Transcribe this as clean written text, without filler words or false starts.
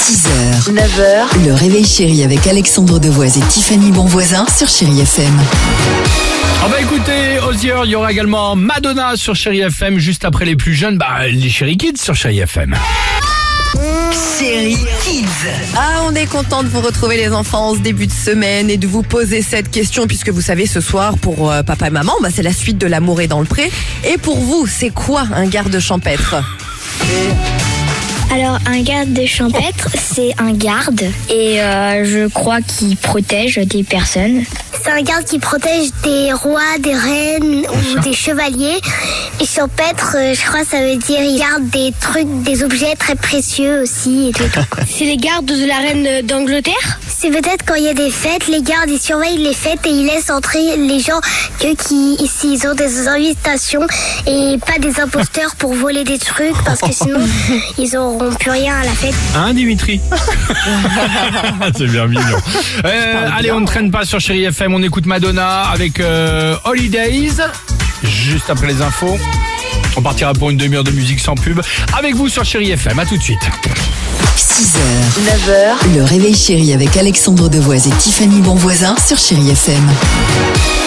6h, 9h, le réveil chéri avec Alexandre Devoise et Tiffany Bonvoisin sur Chéri FM. On va écouter Osier, il y aura également Madonna sur Chéri FM, juste après les plus jeunes, les Chéri Kids sur Chéri FM. Chéri Kids. Ah, on est content de vous retrouver les enfants en ce début de semaine et de vous poser cette question puisque vous savez ce soir pour papa et maman, c'est la suite de L'amour est dans le pré. Et pour vous, c'est quoi un garde champêtre ? Alors, un garde champêtre, c'est un garde et je crois qu'il protège des personnes. C'est un garde qui protège des rois, des reines ou des chevaliers. Et champêtre, je crois ça veut dire il garde des trucs, des objets très précieux aussi. Et tout. C'est les gardes de la reine d'Angleterre ? C'est peut-être quand il y a des fêtes, les gardes ils surveillent les fêtes et ils laissent entrer les gens s'ils ont des invitations et pas des imposteurs pour voler des trucs parce que sinon ils auront plus rien à la fête. Hein, Dimitri? C'est bien mignon. Allez, on ne traîne pas sur Chéri FM, on écoute Madonna avec Holidays, juste après les infos. On partira pour une demi-heure de musique sans pub avec vous sur Chéri FM, à tout de suite. 6h, 9h, le réveil chéri avec Alexandre Devoise et Tiffany Bonvoisin sur Chéri FM.